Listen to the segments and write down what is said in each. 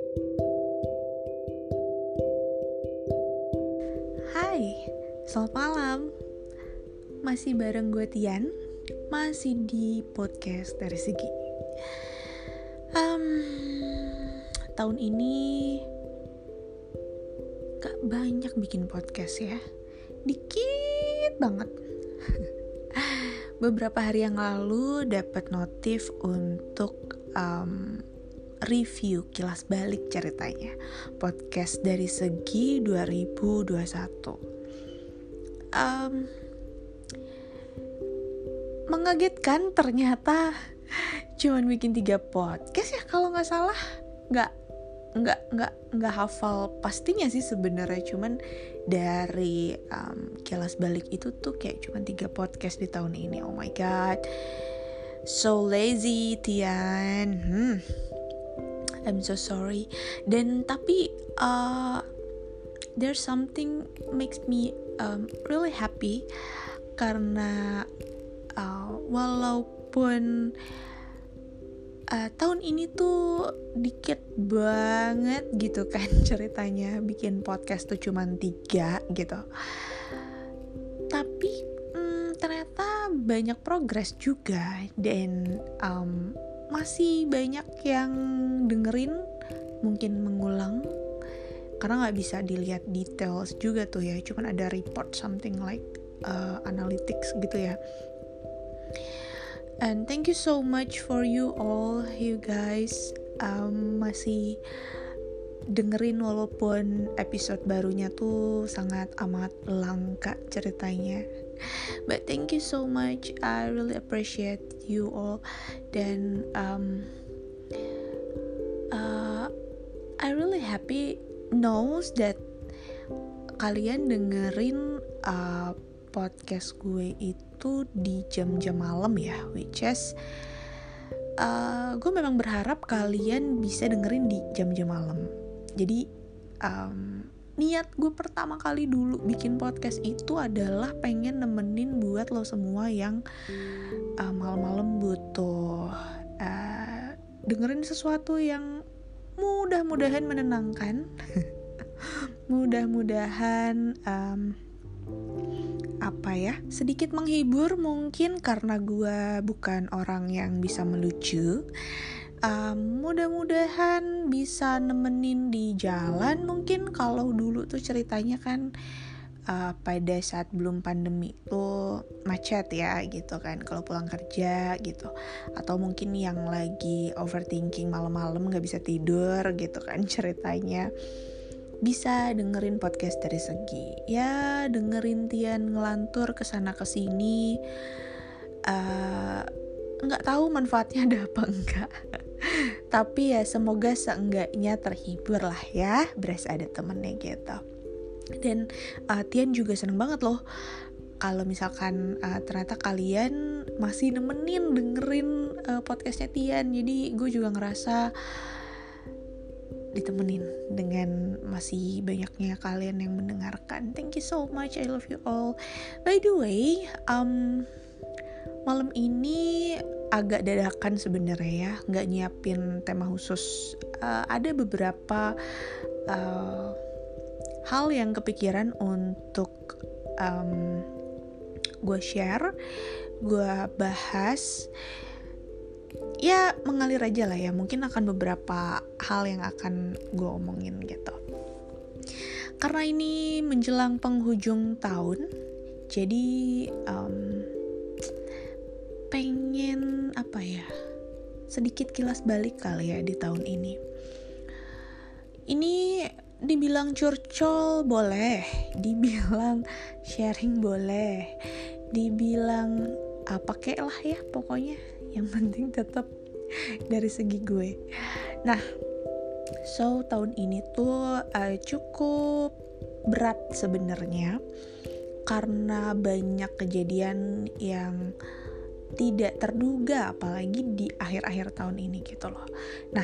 Hai, selamat malam. Masih bareng gue Tian, masih di podcast dari Segi. Tahun ini gak banyak bikin podcast ya, dikit banget. Beberapa hari yang lalu dapat notif untuk review kilas balik ceritanya podcast dari Segi 2021. Mengagetkan, ternyata cuman bikin 3 podcast ya kalau nggak salah. Nggak hafal pastinya sih sebenarnya, cuman dari kilas balik itu tuh kayak cuman 3 podcast di tahun ini. Oh my god, so lazy Tian. I'm so sorry. Dan tapi there's something makes me really happy karena walaupun tahun ini tuh dikit banget gitu kan ceritanya bikin podcast tuh cuman 3 gitu, tapi ternyata banyak progres juga dan masih banyak yang dengerin, mungkin mengulang karena nggak bisa dilihat details juga tuh ya, cuman ada report something like analytics gitu ya. And thank you so much for you all, you guys masih dengerin walaupun episode barunya tuh sangat amat langka ceritanya. But thank you so much, I really appreciate you all. Dan I really happy knows that kalian dengerin podcast gue itu di jam-jam malam ya, which is gue memang berharap kalian bisa dengerin di jam-jam malam. Jadi niat gue pertama kali dulu bikin podcast itu adalah pengen nemenin buat lo semua yang malam-malam butuh dengerin sesuatu yang mudah-mudahan menenangkan, mudah-mudahan sedikit menghibur mungkin karena gue bukan orang yang bisa melucu. Mudah-mudahan bisa nemenin di jalan mungkin. Kalau dulu tuh ceritanya kan pada saat belum pandemi tuh macet ya gitu kan kalau pulang kerja gitu, atau mungkin yang lagi overthinking malam-malam gak bisa tidur gitu kan ceritanya, bisa dengerin podcast dari Segi ya, dengerin Tian ngelantur kesana kesini. Nggak tahu manfaatnya ada apa enggak, tapi ya semoga seenggaknya terhibur lah ya, berasa ada temennya gitu. Dan Tian juga seneng banget loh kalau misalkan ternyata kalian masih nemenin dengerin podcastnya Tian. Jadi gue juga ngerasa ditemenin dengan masih banyaknya kalian yang mendengarkan. Thank you so much, I love you all. By the way, malam ini agak dadakan sebenarnya ya, nggak nyiapin tema khusus. Ada beberapa hal yang kepikiran untuk gue share, gue bahas. Ya mengalir aja lah ya, mungkin akan beberapa hal yang akan gue omongin gitu. Karena ini menjelang penghujung tahun, jadi pengen sedikit kilas balik kali ya di tahun ini. Ini dibilang curcol boleh, dibilang sharing boleh, dibilang apa kek lah ya, pokoknya yang penting tetap dari segi gue. Nah, so tahun ini tuh cukup berat sebenarnya karena banyak kejadian yang tidak terduga, apalagi di akhir-akhir tahun ini gitu loh. Nah,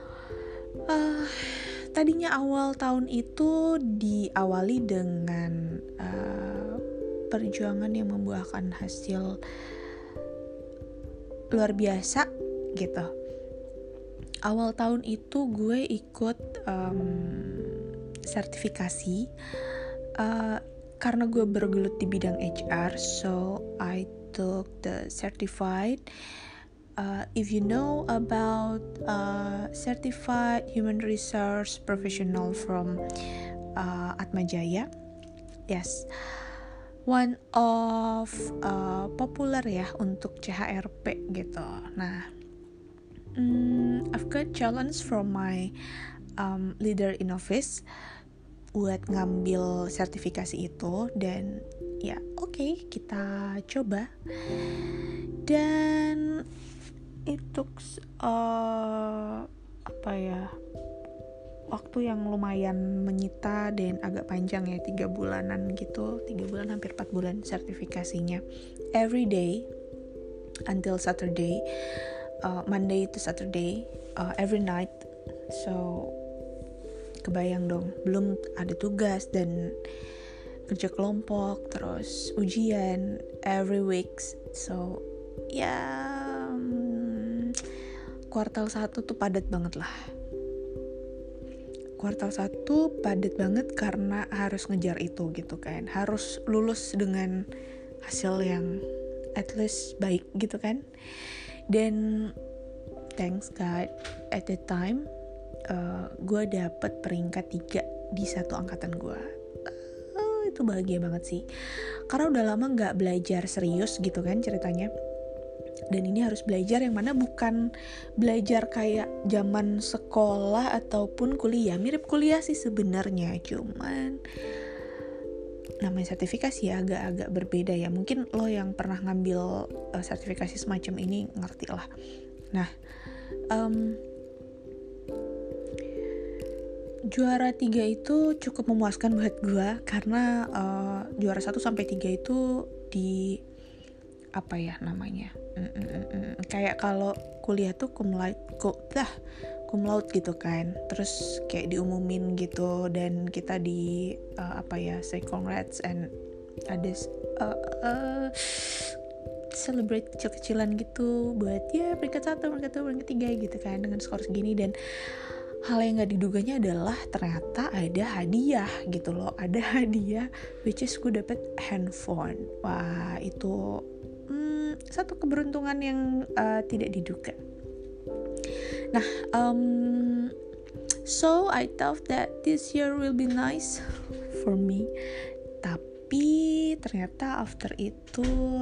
tadinya awal tahun itu diawali dengan perjuangan yang membuahkan hasil luar biasa gitu. awal tahun itu gue ikut sertifikasi karena gue bergelut di bidang HR, so I took the certified. If you know about certified human resource professional from Atmajaya, yes, one of popular ya untuk CHRP gitu. Nah, I've got challenge from my leader in office buat ngambil sertifikasi itu, dan ya oke, kita coba. Dan itu waktu yang lumayan menyita dan agak panjang ya, 3 bulanan gitu, 3 bulan hampir 4 bulan sertifikasinya, every day until Saturday, Monday to Saturday, every night. So kebayang dong, belum ada tugas dan kerja kelompok, terus ujian every weeks. So ya kuartal 1 tuh padat banget lah. Kuartal 1 padat banget karena harus ngejar itu gitu kan, harus lulus dengan hasil yang at least baik gitu kan. Dan thanks God, at that time gue dapet peringkat 3 di satu angkatan gue. Itu bahagia banget sih, karena udah lama gak belajar serius gitu kan ceritanya. Dan ini harus belajar yang mana bukan belajar kayak zaman sekolah ataupun kuliah. Mirip kuliah sih sebenarnya, cuman namanya sertifikasi ya agak-agak berbeda ya. Mungkin lo yang pernah ngambil sertifikasi semacam ini ngerti lah. Nah, juara 3 itu cukup memuaskan buat gue, karena juara 1 sampai 3 itu di apa ya namanya, kayak kalau kuliah tuh cum laude gitu kan, terus kayak diumumin gitu, dan kita di say congrats and ada celebrate kecil-kecilan gitu buat ya peringkat 1, peringkat 2, peringkat 3 gitu kan dengan skor segini. Dan hal yang gak diduganya adalah ternyata ada hadiah gitu loh, ada hadiah which is gue dapet handphone. Wah, itu satu keberuntungan yang tidak diduga. Nah, so I thought that this year will be nice for me, tapi ternyata after itu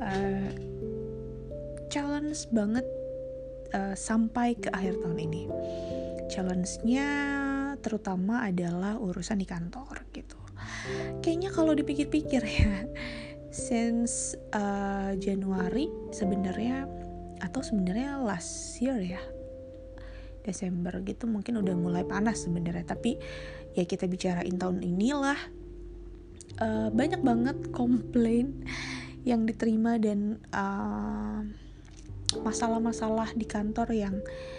challenge banget sampai ke akhir tahun ini. Challenge-nya terutama adalah urusan di kantor gitu. Kayaknya kalau dipikir-pikir ya, since Januari sebenarnya last year ya, Desember gitu mungkin udah mulai panas sebenarnya. Tapi ya kita bicarain tahun inilah, banyak banget komplain yang diterima dan masalah-masalah di kantor yang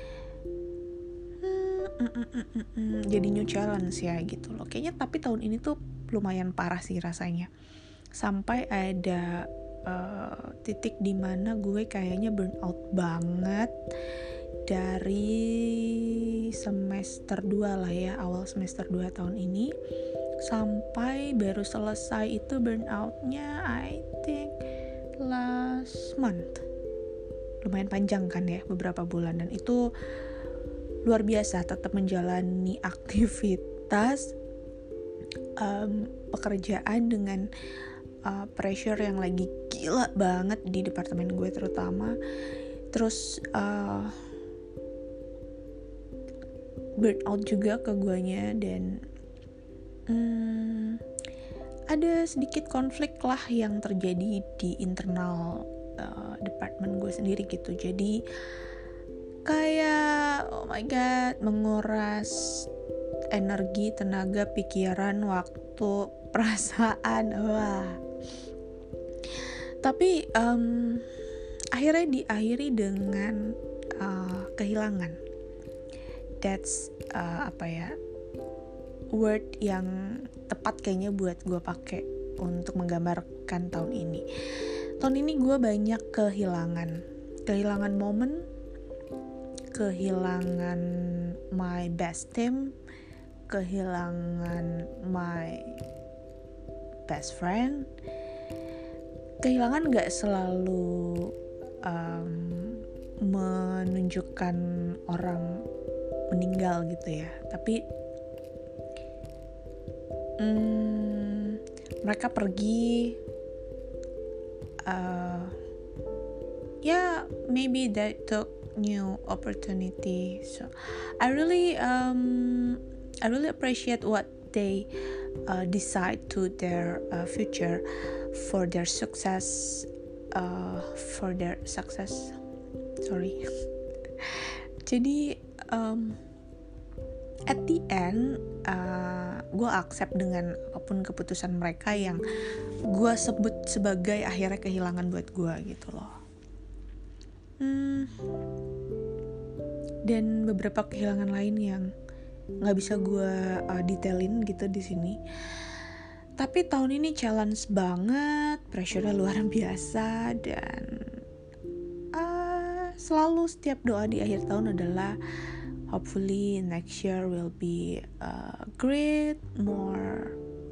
jadi new challenge ya gitu loh. Kayaknya tapi tahun ini tuh lumayan parah sih rasanya. Sampai ada titik dimana gue kayaknya burn out banget dari semester 2 lah ya, awal semester 2 tahun ini sampai baru selesai itu burn outnya I think last month. Lumayan panjang kan ya, beberapa bulan, dan itu luar biasa tetap menjalani aktivitas pekerjaan dengan pressure yang lagi gila banget di departemen gue terutama. Terus burn out juga ke guanya, dan ada sedikit konflik lah yang terjadi di internal departemen gue sendiri gitu. Jadi kayak oh my god, menguras energi, tenaga, pikiran, waktu, perasaan. Wah. Tapi akhirnya diakhiri dengan kehilangan. That's word yang tepat kayaknya buat gue pakai untuk menggambarkan tahun ini. Tahun ini gue banyak kehilangan momen, kehilangan my best team, kehilangan my best friend. Kehilangan gak selalu menunjukkan orang meninggal gitu ya, tapi mereka pergi, maybe they took new opportunity. So I really appreciate what they decide to their future for their success. Jadi at the end gue accept dengan apapun keputusan mereka yang gue sebut sebagai akhirnya kehilangan buat gue gitu loh. Dan beberapa kehilangan lain yang nggak bisa gue detailin gitu di sini. Tapi tahun ini challenge banget, pressure-nya luar biasa, dan selalu setiap doa di akhir tahun adalah hopefully next year will be great, more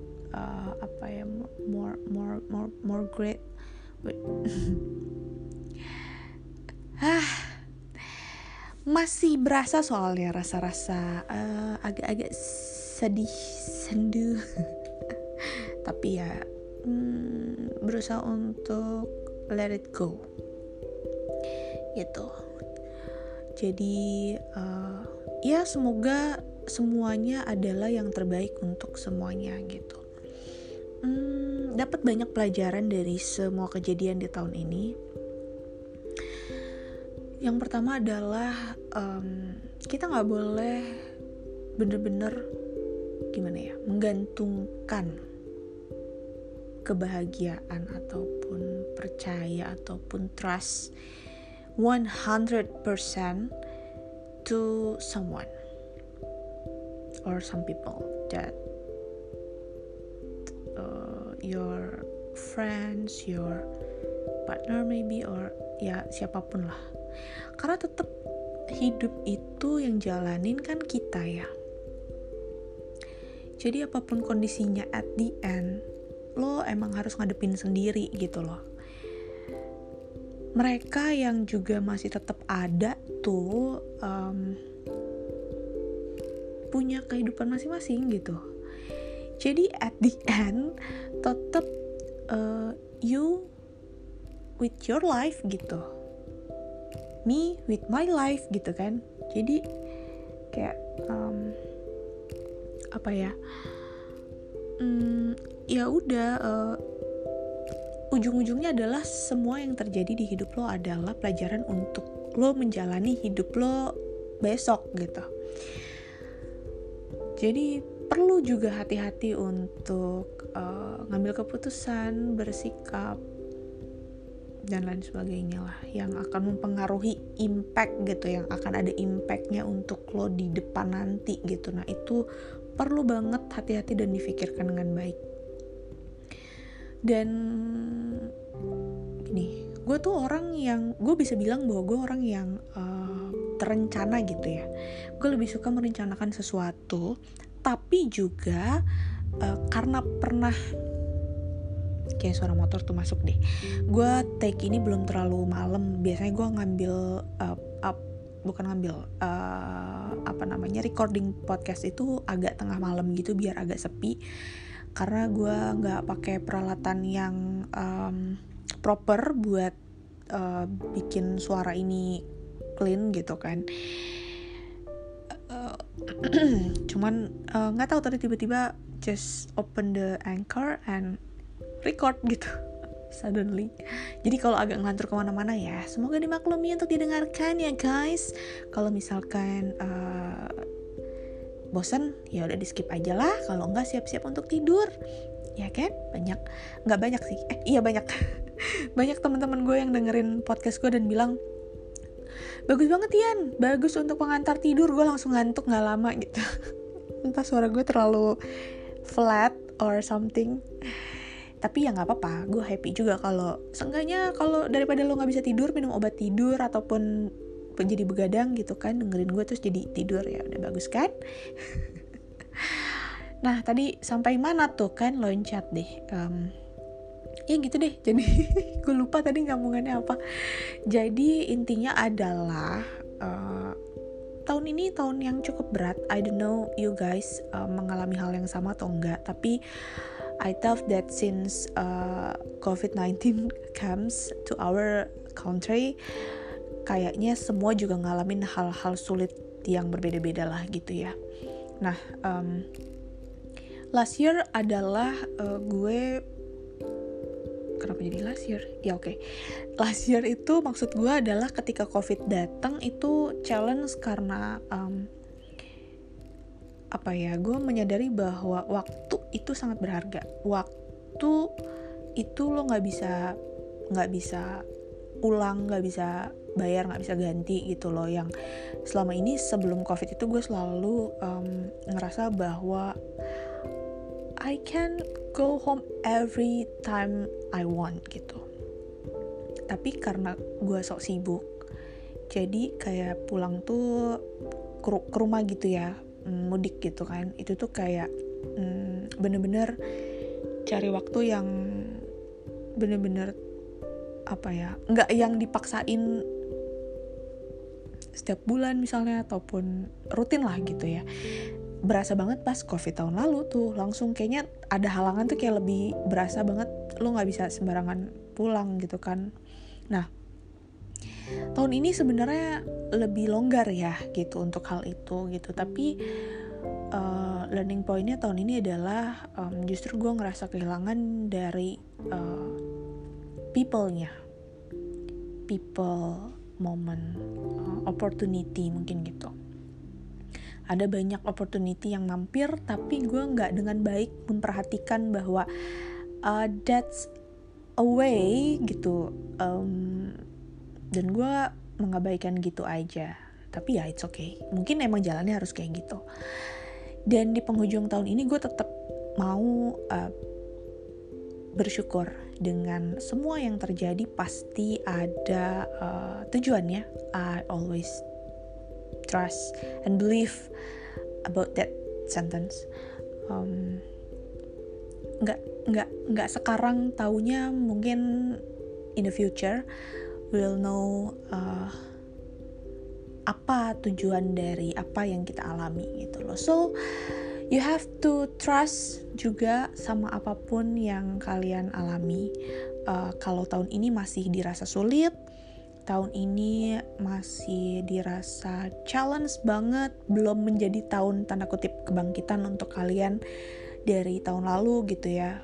great. Masih berasa soalnya rasa-rasa agak-agak sedih, sendu. Tapi ya berusaha untuk let it go gitu. Jadi ya semoga semuanya adalah yang terbaik untuk semuanya gitu. Dapat banyak pelajaran dari semua kejadian di tahun ini. Yang pertama adalah kita nggak boleh bener-bener menggantungkan kebahagiaan ataupun percaya ataupun trust 100% to someone or some people that your friends, your partner maybe, or ya siapapun lah. Karena tetap hidup itu yang jalanin kan kita ya. Jadi apapun kondisinya at the end, lo emang harus ngadepin sendiri gitu loh. Mereka yang juga masih tetap ada tuh punya kehidupan masing-masing gitu. Jadi at the end tetap you with your life gitu, me with my life gitu kan. Jadi kayak ya udah, ujung-ujungnya adalah semua yang terjadi di hidup lo adalah pelajaran untuk lo menjalani hidup lo besok gitu. Jadi perlu juga hati-hati untuk ngambil keputusan, bersikap dan lain sebagainya lah, yang akan mempengaruhi impact gitu, yang akan ada impactnya untuk lo di depan nanti gitu. Nah itu perlu banget hati-hati dan difikirkan dengan baik. Dan gini, gue tuh orang yang, gue bisa bilang bahwa gue orang yang terencana gitu ya. Gue lebih suka merencanakan sesuatu, tapi juga karena pernah, kayak suara motor tuh masuk deh. Gue take ini belum terlalu malam. Biasanya gue recording podcast itu agak tengah malam gitu biar agak sepi. Karena gue nggak pakai peralatan yang proper buat bikin suara ini clean gitu kan. Cuman nggak tahu tadi tiba-tiba just open the Anchor and record gitu suddenly. Jadi kalau agak ngelantur kemana-mana ya semoga dimaklumi untuk didengarkan ya guys. Kalau misalkan bosan ya udah di skip aja lah. Kalau enggak siap-siap untuk tidur ya kan. Banyak banyak teman-teman gue yang dengerin podcast gue dan bilang bagus banget Ian, bagus untuk pengantar tidur. Gue langsung ngantuk nggak lama gitu. Entah suara gue terlalu flat or something. Tapi ya nggak apa-apa, gue happy juga kalau seenggaknya kalau daripada lo nggak bisa tidur minum obat tidur ataupun jadi begadang gitu kan, dengerin gue terus jadi tidur, ya udah bagus kan. Nah tadi sampai mana tuh kan, loncat deh. Ya gitu deh, jadi gue lupa tadi ngomongnya apa. Jadi intinya adalah tahun ini tahun yang cukup berat. I don't know you guys mengalami hal yang sama atau enggak, tapi I thought that since COVID-19 comes to our country, kayaknya semua juga ngalamin hal-hal sulit yang berbeda-beda lah gitu ya. Nah, last year adalah gue, kenapa jadi last year? Ya oke. Last year itu maksud gue adalah ketika COVID datang itu challenge karena gue menyadari bahwa waktu itu sangat berharga. Waktu itu lo nggak bisa ulang, nggak bisa bayar, nggak bisa ganti gitu loh. Yang selama ini sebelum COVID itu gue selalu ngerasa bahwa I can go home every time I want gitu. Tapi karena gue sok sibuk, jadi kayak pulang tuh ke rumah gitu ya, mudik gitu kan. Itu tuh kayak bener-bener cari waktu yang bener-bener nggak yang dipaksain setiap bulan misalnya, ataupun rutin lah gitu ya. Berasa banget pas COVID tahun lalu tuh, langsung kayaknya ada halangan tuh, kayak lebih berasa banget lo nggak bisa sembarangan pulang gitu kan. Nah tahun ini sebenarnya lebih longgar ya gitu untuk hal itu gitu, tapi learning pointnya tahun ini adalah justru gue ngerasa kehilangan dari people, moment, opportunity mungkin gitu. Ada banyak opportunity yang mampir, tapi gue nggak dengan baik memperhatikan bahwa that's a way gitu, dan gue mengabaikan gitu aja. Tapi ya it's okay, mungkin emang jalannya harus kayak gitu. Dan di penghujung tahun ini gue tetap mau bersyukur dengan semua yang terjadi. Pasti ada tujuannya. I always trust and believe about that sentence. Nggak sekarang taunya, mungkin in the future we'll know apa tujuan dari apa yang kita alami gitu loh. So you have to trust juga sama apapun yang kalian alami. Kalau tahun ini masih dirasa sulit, tahun ini masih dirasa challenge banget, belum menjadi tahun tanda kutip kebangkitan untuk kalian dari tahun lalu gitu ya,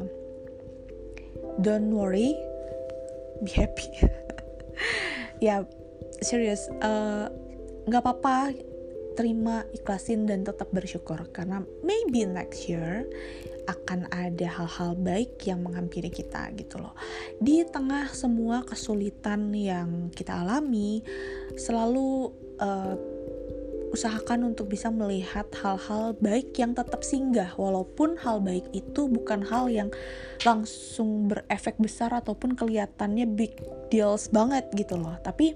don't worry, be happy. Ya serius, nggak apa-apa, terima, ikhlasin, dan tetap bersyukur, karena maybe next year akan ada hal-hal baik yang menghampiri kita gitu loh. Di tengah semua kesulitan yang kita alami, selalu usahakan untuk bisa melihat hal-hal baik yang tetap singgah, walaupun hal baik itu bukan hal yang langsung berefek besar ataupun kelihatannya big deals banget gitu loh. Tapi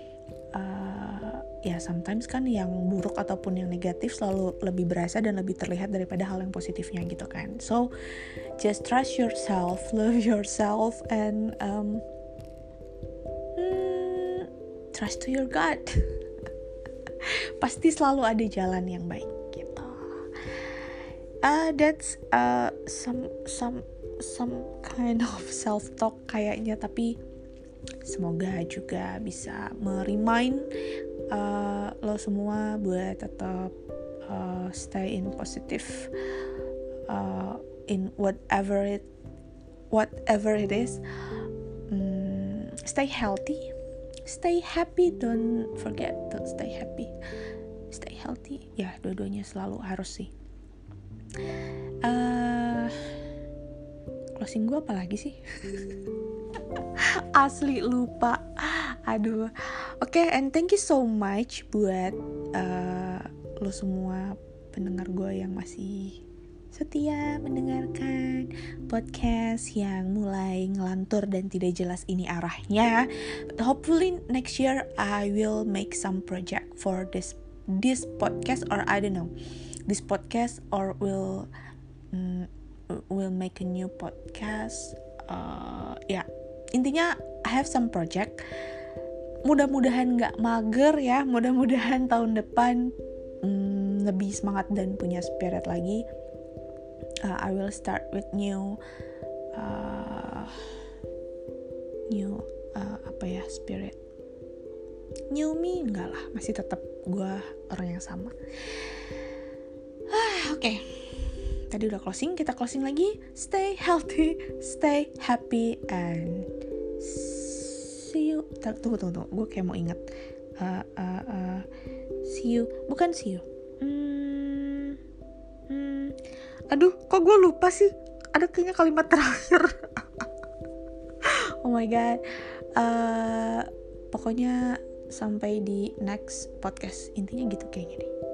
ya sometimes kan yang buruk ataupun yang negatif selalu lebih berasa dan lebih terlihat daripada hal yang positifnya gitu kan. So just trust yourself, love yourself, and trust to your God. Pasti selalu ada jalan yang baik gitu. That's some kind of self talk kayaknya, tapi semoga juga bisa meremind lo semua buat tetap stay in positive in whatever it is. Stay healthy, stay happy, don't forget to stay happy, stay healthy. Ya, dua-duanya selalu harus sih. Closing gue apa lagi sih? Asli lupa. Aduh. Oke, and thank you so much buat lo semua pendengar gue yang masih setia mendengarkan podcast yang mulai ngelantur dan tidak jelas ini arahnya. Hopefully next year I will make some project for this podcast, or I don't know, this podcast, or will make a new podcast. Ya, intinya I have some project. Mudah-mudahan gak mager ya, mudah-mudahan tahun depan lebih semangat dan punya spirit lagi. I will start with new spirit. New me enggak lah, masih tetap gue orang yang sama. Oke. Tadi udah closing, kita closing lagi. Stay healthy, stay happy, and see you. Tunggu. Gue kayak mau ingat. See you. Bukan see you. Aduh, kok gue lupa sih? Ada kayaknya kalimat terakhir. Oh my god. Pokoknya sampai di next podcast. Intinya gitu kayaknya deh.